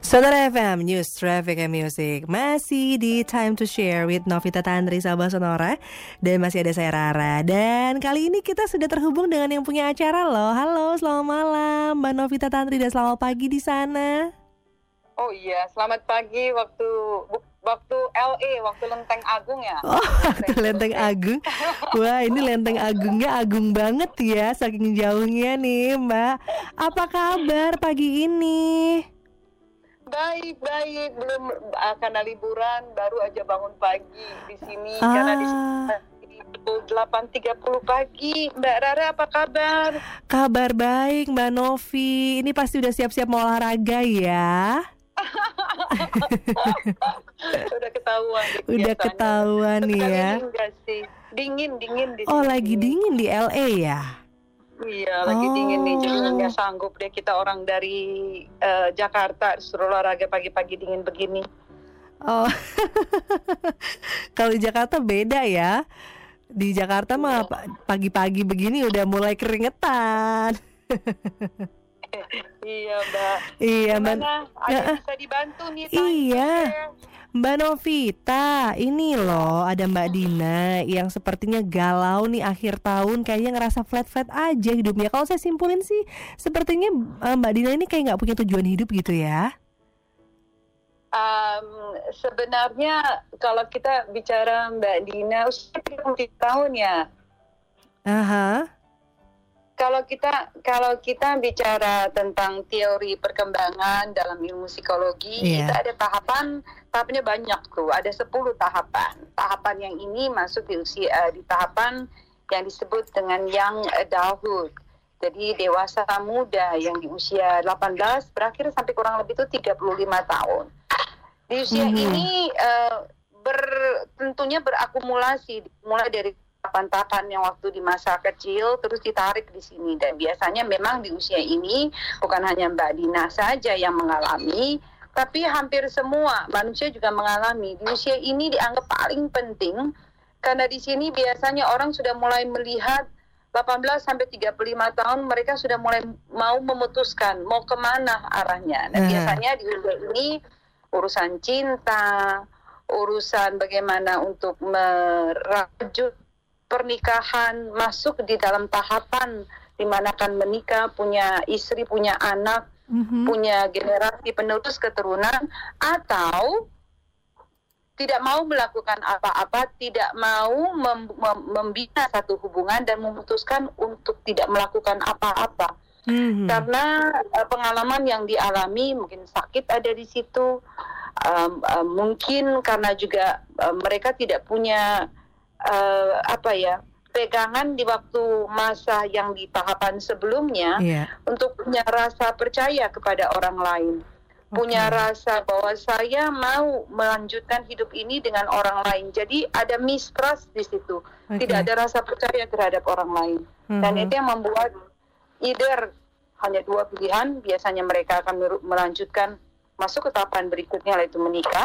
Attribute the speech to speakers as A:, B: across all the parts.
A: Saudara FM News Traffic and Music masih di Time to Share with Novita Tandri Sabah Sonora. Dan masih ada saya Rara. Dan kali ini kita sudah terhubung dengan yang punya acara loh. Halo, selamat malam Mbak Novita Tandri dan selamat pagi di sana.
B: Oh iya, selamat pagi waktu LA, waktu Lenteng Agung ya.
A: Oh, waktu Lenteng Agung. Wah, ini Lenteng Agungnya agung banget ya, saking jauhnya nih Mbak. Apa kabar pagi ini?
B: Baik, belum karena liburan, baru aja bangun pagi di sini karena di sini 8.30 pagi. Mbak Rara apa kabar?
A: Kabar baik Mbak Novi. Ini pasti udah siap-siap mau olahraga ya.
B: Udah ketahuan.
A: Udah ketahuan nih ya.
B: Dingin di sini.
A: Oh, lagi dingin di LA ya?
B: Iya, lagi dingin nih, jadi nggak sanggup deh kita orang dari Jakarta disuruh olahraga pagi-pagi dingin begini.
A: Oh, kalau di Jakarta beda ya. Di Jakarta mah pagi-pagi begini udah mulai keringetan.
B: Iya Mbak.
A: Iya Mbak.
B: Ada bisa dibantu nih.
A: Iya. Mbak Novita, ini loh ada Mbak Dina yang sepertinya galau nih akhir tahun, kayaknya ngerasa flat-flat aja hidupnya. Kalau saya simpulin sih, sepertinya Mbak Dina ini kayak nggak punya tujuan hidup gitu ya.
B: Sebenarnya kalau kita bicara Mbak Dina usia 30 tahun ya.
A: Aha.
B: Kalau kita bicara tentang teori perkembangan dalam ilmu psikologi, itu ada tahapannya banyak tuh, ada 10 tahapan. Tahapan yang ini masuk di tahapan yang disebut dengan young adulthood. Jadi dewasa muda yang di usia 18 berakhir sampai kurang lebih itu 35 tahun. Di usia ini tentunya berakumulasi mulai dari tahapan-tahapan yang waktu di masa kecil terus ditarik di sini, dan biasanya memang di usia ini bukan hanya Mbak Dina saja yang mengalami, tapi hampir semua manusia juga mengalami. Di usia ini dianggap paling penting karena di sini biasanya orang sudah mulai melihat 18 sampai 35 tahun mereka sudah mulai mau memutuskan mau kemana arahnya. Nah, biasanya di usia ini urusan cinta, urusan bagaimana untuk merajut pernikahan, masuk di dalam tahapan di mana akan menikah, punya istri, punya anak, punya generasi penerus keturunan, atau tidak mau melakukan apa-apa, tidak mau membina satu hubungan dan memutuskan untuk tidak melakukan apa-apa. Karena pengalaman yang dialami, mungkin sakit ada di situ, mungkin karena juga mereka tidak punya pegangan di waktu masa yang di tahapan sebelumnya untuk punya rasa percaya kepada orang lain, punya rasa bahwa saya mau melanjutkan hidup ini dengan orang lain. Jadi ada mistrust di situ, tidak ada rasa percaya terhadap orang lain, dan itu yang membuat either hanya 2 pilihan. Biasanya mereka akan melanjutkan masuk ke tahapan berikutnya, yaitu menikah,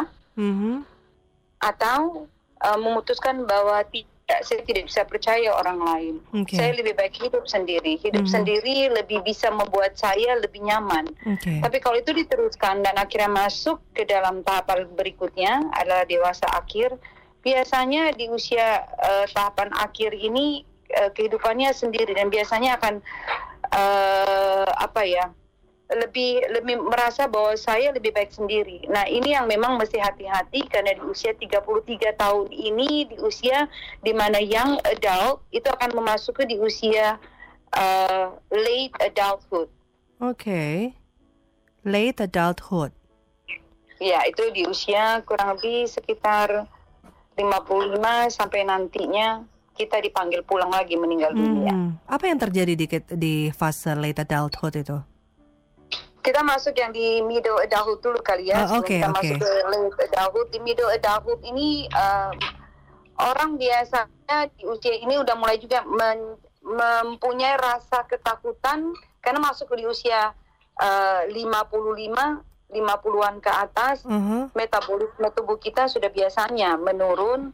B: atau memutuskan bahwa saya tidak bisa percaya orang lain. Saya lebih baik hidup sendiri. Hidup sendiri lebih bisa membuat saya lebih nyaman. Tapi kalau itu diteruskan dan akhirnya masuk ke dalam tahapan berikutnya adalah dewasa akhir, biasanya di usia tahapan akhir ini kehidupannya sendiri, dan biasanya akan lebih merasa bahwa saya lebih baik sendiri. Nah, ini yang memang mesti hati-hati karena di usia 33 tahun ini, di usia di mana young adult itu akan memasuki di usia late adulthood.
A: Late adulthood.
B: Ya, itu di usia kurang lebih sekitar 55 sampai nantinya kita dipanggil pulang lagi meninggal dunia.
A: Apa yang terjadi di fase late adulthood itu?
B: Kita masuk yang di middle adulthood dulu kali ya. Masuk ke late adulthood. Di middle adulthood ini orang biasanya di usia ini udah mulai juga mempunyai rasa ketakutan karena masuk di usia 50-an ke atas. Metabolisme tubuh kita sudah biasanya menurun.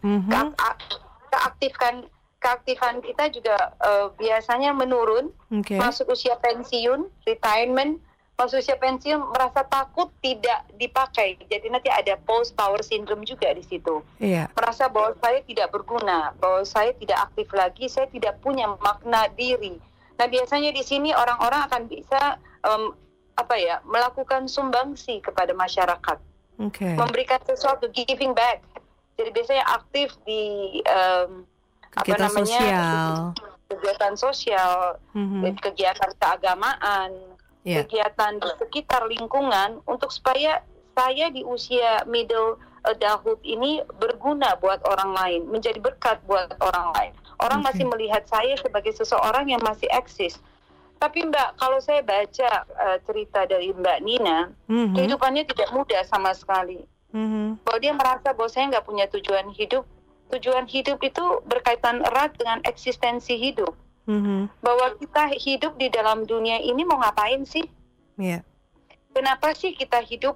B: Keaktifan kita juga biasanya menurun. Masuk usia pensiun, retirement, masuk usia pensiun merasa takut tidak dipakai. Jadi nanti ada post power syndrome juga di situ.
A: Iya.
B: Merasa bahwa saya tidak berguna, bahwa saya tidak aktif lagi, saya tidak punya makna diri. Nah, biasanya di sini orang-orang akan bisa melakukan sumbangsi kepada masyarakat.
A: Okay.
B: Memberikan sesuatu, giving back. Jadi biasanya aktif di
A: kegiatan sosial,
B: kegiatan sosial, kegiatan keagamaan, kegiatan di sekitar lingkungan, untuk supaya saya di usia middle adulthood ini berguna buat orang lain, menjadi berkat buat orang lain. Orang masih melihat saya sebagai seseorang yang masih eksis. Tapi Mbak, kalau saya baca cerita dari Mbak Nina, kehidupannya tidak mudah sama sekali. Bahwa dia merasa bahwa saya nggak punya tujuan hidup. Tujuan hidup itu berkaitan erat dengan eksistensi hidup. Bahwa kita hidup di dalam dunia ini mau ngapain sih?
A: Yeah.
B: Kenapa sih kita hidup?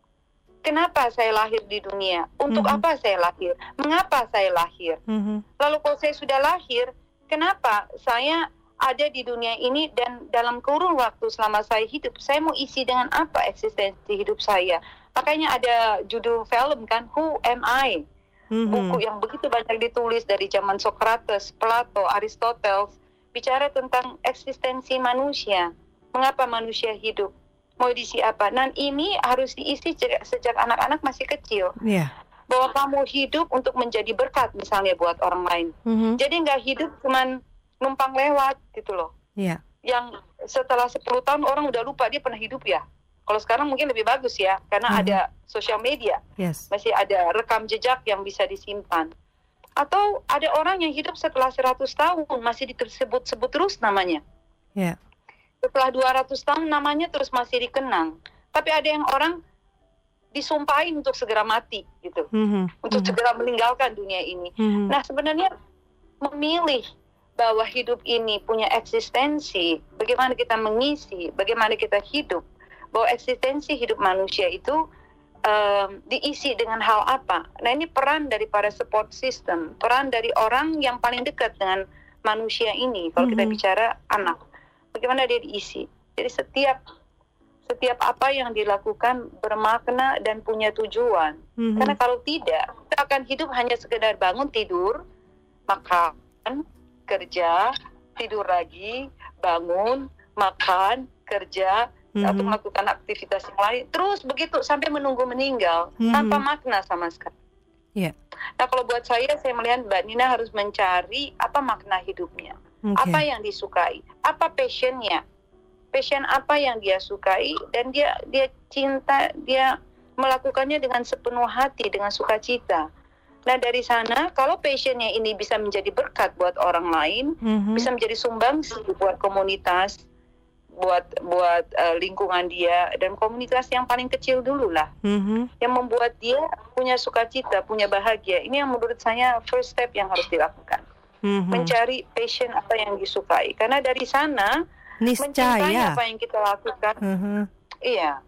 B: Kenapa saya lahir di dunia? Untuk apa saya lahir? Mengapa saya lahir? Lalu kalau saya sudah lahir, kenapa saya ada di dunia ini, dan dalam kurun waktu selama saya hidup, saya mau isi dengan apa eksistensi hidup saya? Makanya ada judul film kan, Who Am I? Buku yang begitu banyak ditulis dari zaman Socrates, Plato, Aristoteles, bicara tentang eksistensi manusia. Mengapa manusia hidup? Mau diisi apa? Dan ini harus diisi sejak anak-anak masih kecil.
A: Yeah.
B: Bahwa kamu hidup untuk menjadi berkat misalnya buat orang lain. Jadi nggak hidup cuman numpang lewat gitu loh.
A: Yeah. Yang
B: setelah 10 tahun orang udah lupa dia pernah hidup ya. Kalau sekarang mungkin lebih bagus ya, karena ada sosial media.
A: Yes.
B: Masih ada rekam jejak yang bisa disimpan. Atau ada orang yang hidup setelah 100 tahun masih disebut-sebut terus namanya.
A: Yeah.
B: Setelah 200 tahun namanya terus masih dikenang. Tapi ada yang orang disumpahin untuk segera mati gitu. Untuk segera meninggalkan dunia ini. Nah, sebenarnya memilih bahwa hidup ini punya eksistensi, bagaimana kita mengisi, bagaimana kita hidup, bahwa eksistensi hidup manusia itu diisi dengan hal apa. Nah, ini peran daripada support system, peran dari orang yang paling dekat dengan manusia ini. Kalau kita bicara anak, bagaimana dia diisi. Jadi setiap apa yang dilakukan bermakna dan punya tujuan. Karena kalau tidak, kita akan hidup hanya sekedar bangun, tidur, makan, kerja, tidur lagi, bangun, makan, kerja, atau melakukan aktivitas yang lain, terus begitu sampai menunggu meninggal, tanpa makna sama sekali.
A: Yeah.
B: Nah, kalau buat saya melihat Mbak Nina harus mencari apa makna hidupnya, apa yang disukai, apa passionnya, passion apa yang dia sukai, dan dia cinta, dia melakukannya dengan sepenuh hati, dengan sukacita. Nah, dari sana kalau passionnya ini bisa menjadi berkat buat orang lain, bisa menjadi sumbangsi buat komunitas, buat lingkungan dia, dan komunitas yang paling kecil dulu lah, yang membuat dia punya sukacita, punya bahagia. Ini yang menurut saya first step yang harus dilakukan, mencari passion apa yang disukai, karena dari sana mencintai apa yang kita lakukan. Iya,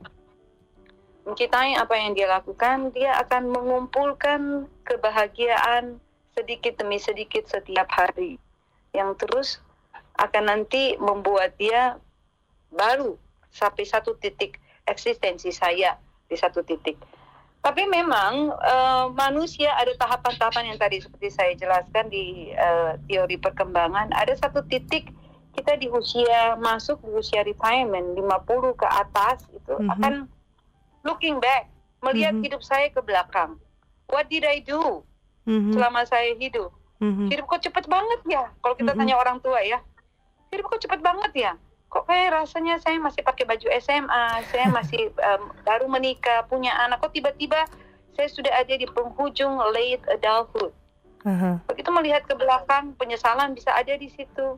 B: mencintai apa yang dia lakukan, dia akan mengumpulkan kebahagiaan sedikit demi sedikit setiap hari, yang terus akan nanti membuat dia baru sampai satu titik eksistensi saya di satu titik. Tapi memang manusia ada tahapan-tahapan yang tadi seperti saya jelaskan di teori perkembangan. Ada satu titik kita di usia masuk di usia retirement 50 ke atas itu akan looking back, melihat hidup saya ke belakang. What did I do selama saya hidup? Hidup kok cepet banget ya? Kalau kita tanya orang tua ya, hidup kok cepet banget ya? Kok kayak rasanya saya masih pakai baju SMA, saya masih baru menikah, punya anak, kok tiba-tiba saya sudah ada di penghujung late adulthood. Begitu melihat ke belakang, penyesalan bisa ada di situ.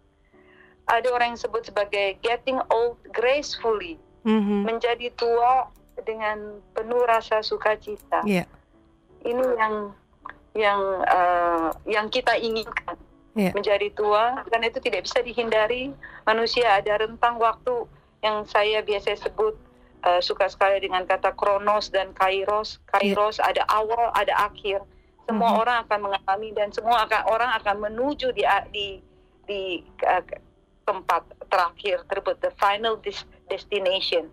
B: Ada orang yang sebut sebagai getting old gracefully, menjadi tua dengan penuh rasa sukacita. Ini yang kita inginkan. Menjadi tua, dan itu tidak bisa dihindari. Manusia ada rentang waktu yang saya biasa sebut, suka sekali dengan kata kronos dan kairos. Kairos ada awal, ada akhir. Semua orang akan mengalami, dan semua orang akan menuju di tempat terakhir tersebut, the final destination.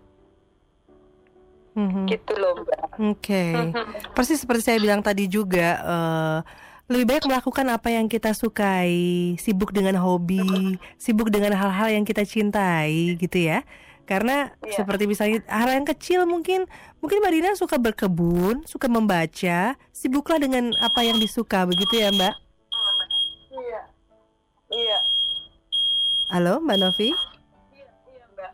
A: Mhm.
B: Gitu loh, Mbak.
A: Oke. Persis seperti saya bilang tadi juga, lebih baik melakukan apa yang kita sukai, sibuk dengan hobi, sibuk dengan hal-hal yang kita cintai gitu ya. Karena
B: Iya.
A: seperti misalnya hal yang kecil, mungkin Mbak Dina suka berkebun, suka membaca, sibuklah dengan apa yang disuka begitu ya, Mbak.
B: Iya. Iya.
A: Halo, Mbak Novi?
B: Iya, Mbak.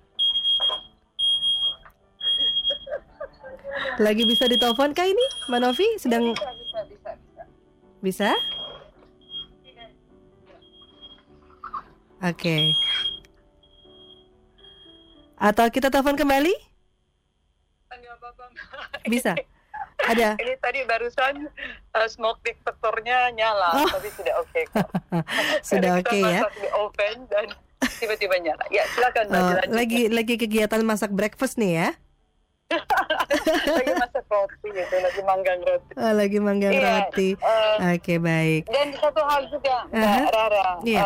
A: Lagi bisa ditelepon kah ini? Mbak Novi sedang
B: Bisa.
A: bisa? Oke. Atau kita telepon kembali?
B: Enggak apa-apa, Mbak.
A: Bisa. Ada.
B: Ini tadi barusan smoke detectornya nyala, tapi sudah oke kok.
A: Sudah
B: Karena
A: oke
B: kita
A: ya.
B: masak di oven dan tiba-tiba nyala. Ya, silakan Mbak,
A: Oh,
B: dilanjutkan.
A: lagi kegiatan masak breakfast nih ya.
B: Lagi masak roti gitu, lagi manggang roti.
A: Lagi manggang
B: Iya,
A: roti. Oke, baik.
B: Dan satu hal juga Mbak
A: Aha.
B: Rara,
A: Iya.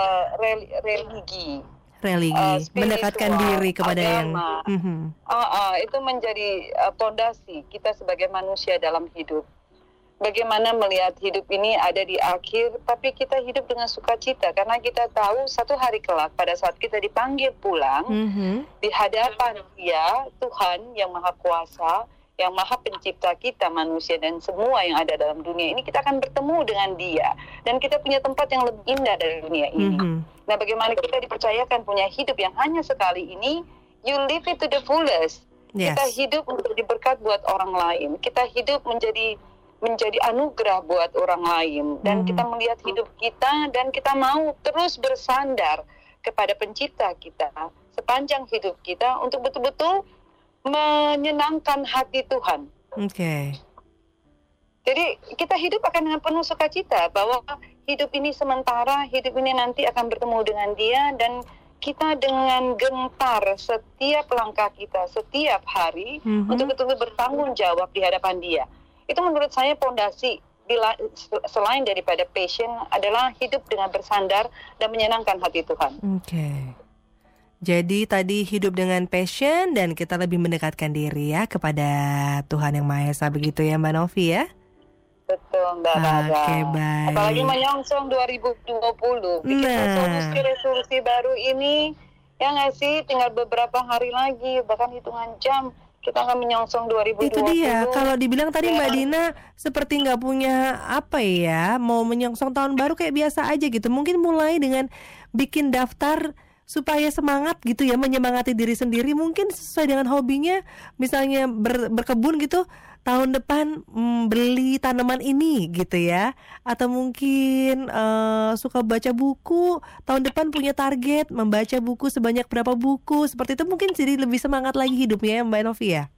B: religi,
A: Religi,
B: spiritual,
A: mendekatkan diri kepada yang
B: agama.
A: Mhm.
B: Itu menjadi pondasi kita sebagai manusia dalam hidup. Bagaimana melihat hidup ini ada di akhir, tapi kita hidup dengan sukacita karena kita tahu satu hari kelak pada saat kita dipanggil pulang
A: Mhm.
B: di hadapan Dia, Tuhan yang Maha Kuasa, yang Maha Pencipta kita manusia dan semua yang ada dalam dunia ini, kita akan bertemu dengan Dia dan kita punya tempat yang lebih indah dari dunia ini.
A: Mhm.
B: Nah, bagaimana kita dipercayakan punya hidup yang hanya sekali ini, you live it to the fullest.
A: Yes.
B: Kita hidup menjadi berkat buat orang lain. Kita hidup menjadi anugerah buat orang lain. Dan kita melihat hidup kita dan kita mau terus bersandar kepada pencipta kita sepanjang hidup kita untuk betul-betul menyenangkan hati Tuhan.
A: Oke.
B: Jadi kita hidup akan dengan penuh sukacita bahwa hidup ini sementara, hidup ini nanti akan bertemu dengan Dia dan kita dengan gentar setiap langkah kita, setiap hari untuk betul-betul bertanggung jawab di hadapan Dia. Itu menurut saya pondasi selain daripada passion adalah hidup dengan bersandar dan menyenangkan hati Tuhan.
A: Oke. Jadi tadi hidup dengan passion dan kita lebih mendekatkan diri ya kepada Tuhan Yang Maha Esa begitu ya Mbak Novi ya.
B: Betul, Mbak Rara.
A: Oke, baik.
B: Apalagi menyongsong 2020. Bikin resolusi baru ini, ya nggak sih? Tinggal beberapa hari lagi, bahkan hitungan jam, kita akan menyongsong 2020.
A: Itu dia, kalau dibilang tadi Mbak Dina seperti nggak punya apa ya, mau menyongsong tahun baru kayak biasa aja gitu. Mungkin mulai dengan bikin daftar supaya semangat gitu ya, menyemangati diri sendiri. Mungkin sesuai dengan hobinya, misalnya berkebun gitu, tahun depan beli tanaman ini gitu ya. Atau mungkin suka baca buku, tahun depan punya target membaca buku sebanyak berapa buku. Seperti itu mungkin jadi lebih semangat lagi hidupnya ya Mbak Novi ya.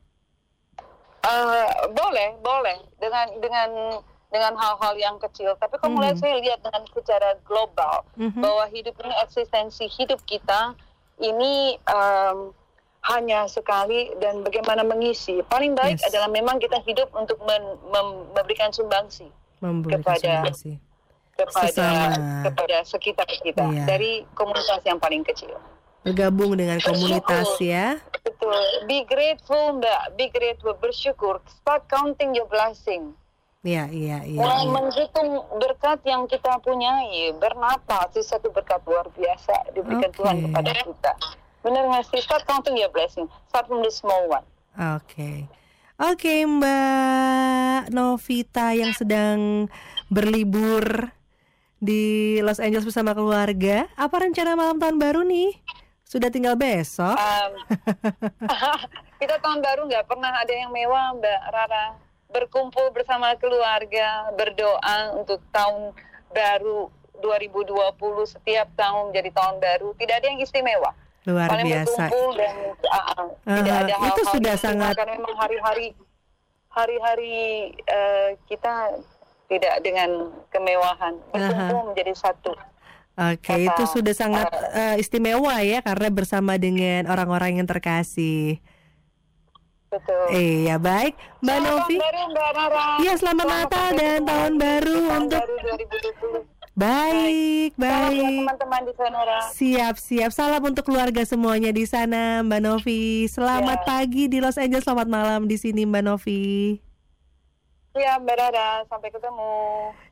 B: Boleh dengan hal-hal yang kecil. Tapi kalau mulai saya lihat dengan secara global bahwa hidup ini, eksistensi hidup kita ini hanya sekali dan bagaimana mengisi. Paling baik adalah memang kita hidup untuk memberikan sumbangsi kepada sekitar kita dari komunitas yang paling kecil.
A: Bergabung dengan komunitas ya.
B: Betul. Be grateful, Mbak. Be grateful. Bersyukur. Start counting your blessing.
A: Iya.
B: Menghitung berkat yang kita punyai. Bernapas itu satu berkat luar biasa diberikan Tuhan kepada kita. Benar nggak sih? Start counting your blessing. Start from the small one.
A: Oke, Mbak Novita yang sedang berlibur di Los Angeles bersama keluarga. Apa rencana malam tahun baru nih? Sudah tinggal besok.
B: Kita tahun baru nggak pernah ada yang mewah, Mbak Rara. Berkumpul bersama keluarga, berdoa untuk tahun baru 2020, setiap tahun jadi tahun baru. Tidak ada yang istimewa.
A: Luar
B: paling
A: biasa.
B: Berkumpul dan tidak ada hal-hal
A: itu sudah sangat.
B: Karena memang hari-hari kita tidak dengan kemewahan. Berkumpul menjadi satu.
A: Oke, itu sudah sangat istimewa ya karena bersama dengan orang-orang yang terkasih.
B: Betul.
A: Iya, baik, Mbak Novi.
B: Selamat baru, Mbak Rara.
A: Iya, selamat Natal dan tahun baru untuk
B: 2020.
A: Baik,
B: Salam ya
A: baik.
B: teman-teman di Sonora.
A: Siap, siap. Salam untuk keluarga semuanya di sana, Mbak Novi. Selamat
B: Ya.
A: pagi di Los Angeles, selamat malam di sini, Mbak Novi.
B: Ya, Mbak Rara, sampai ketemu.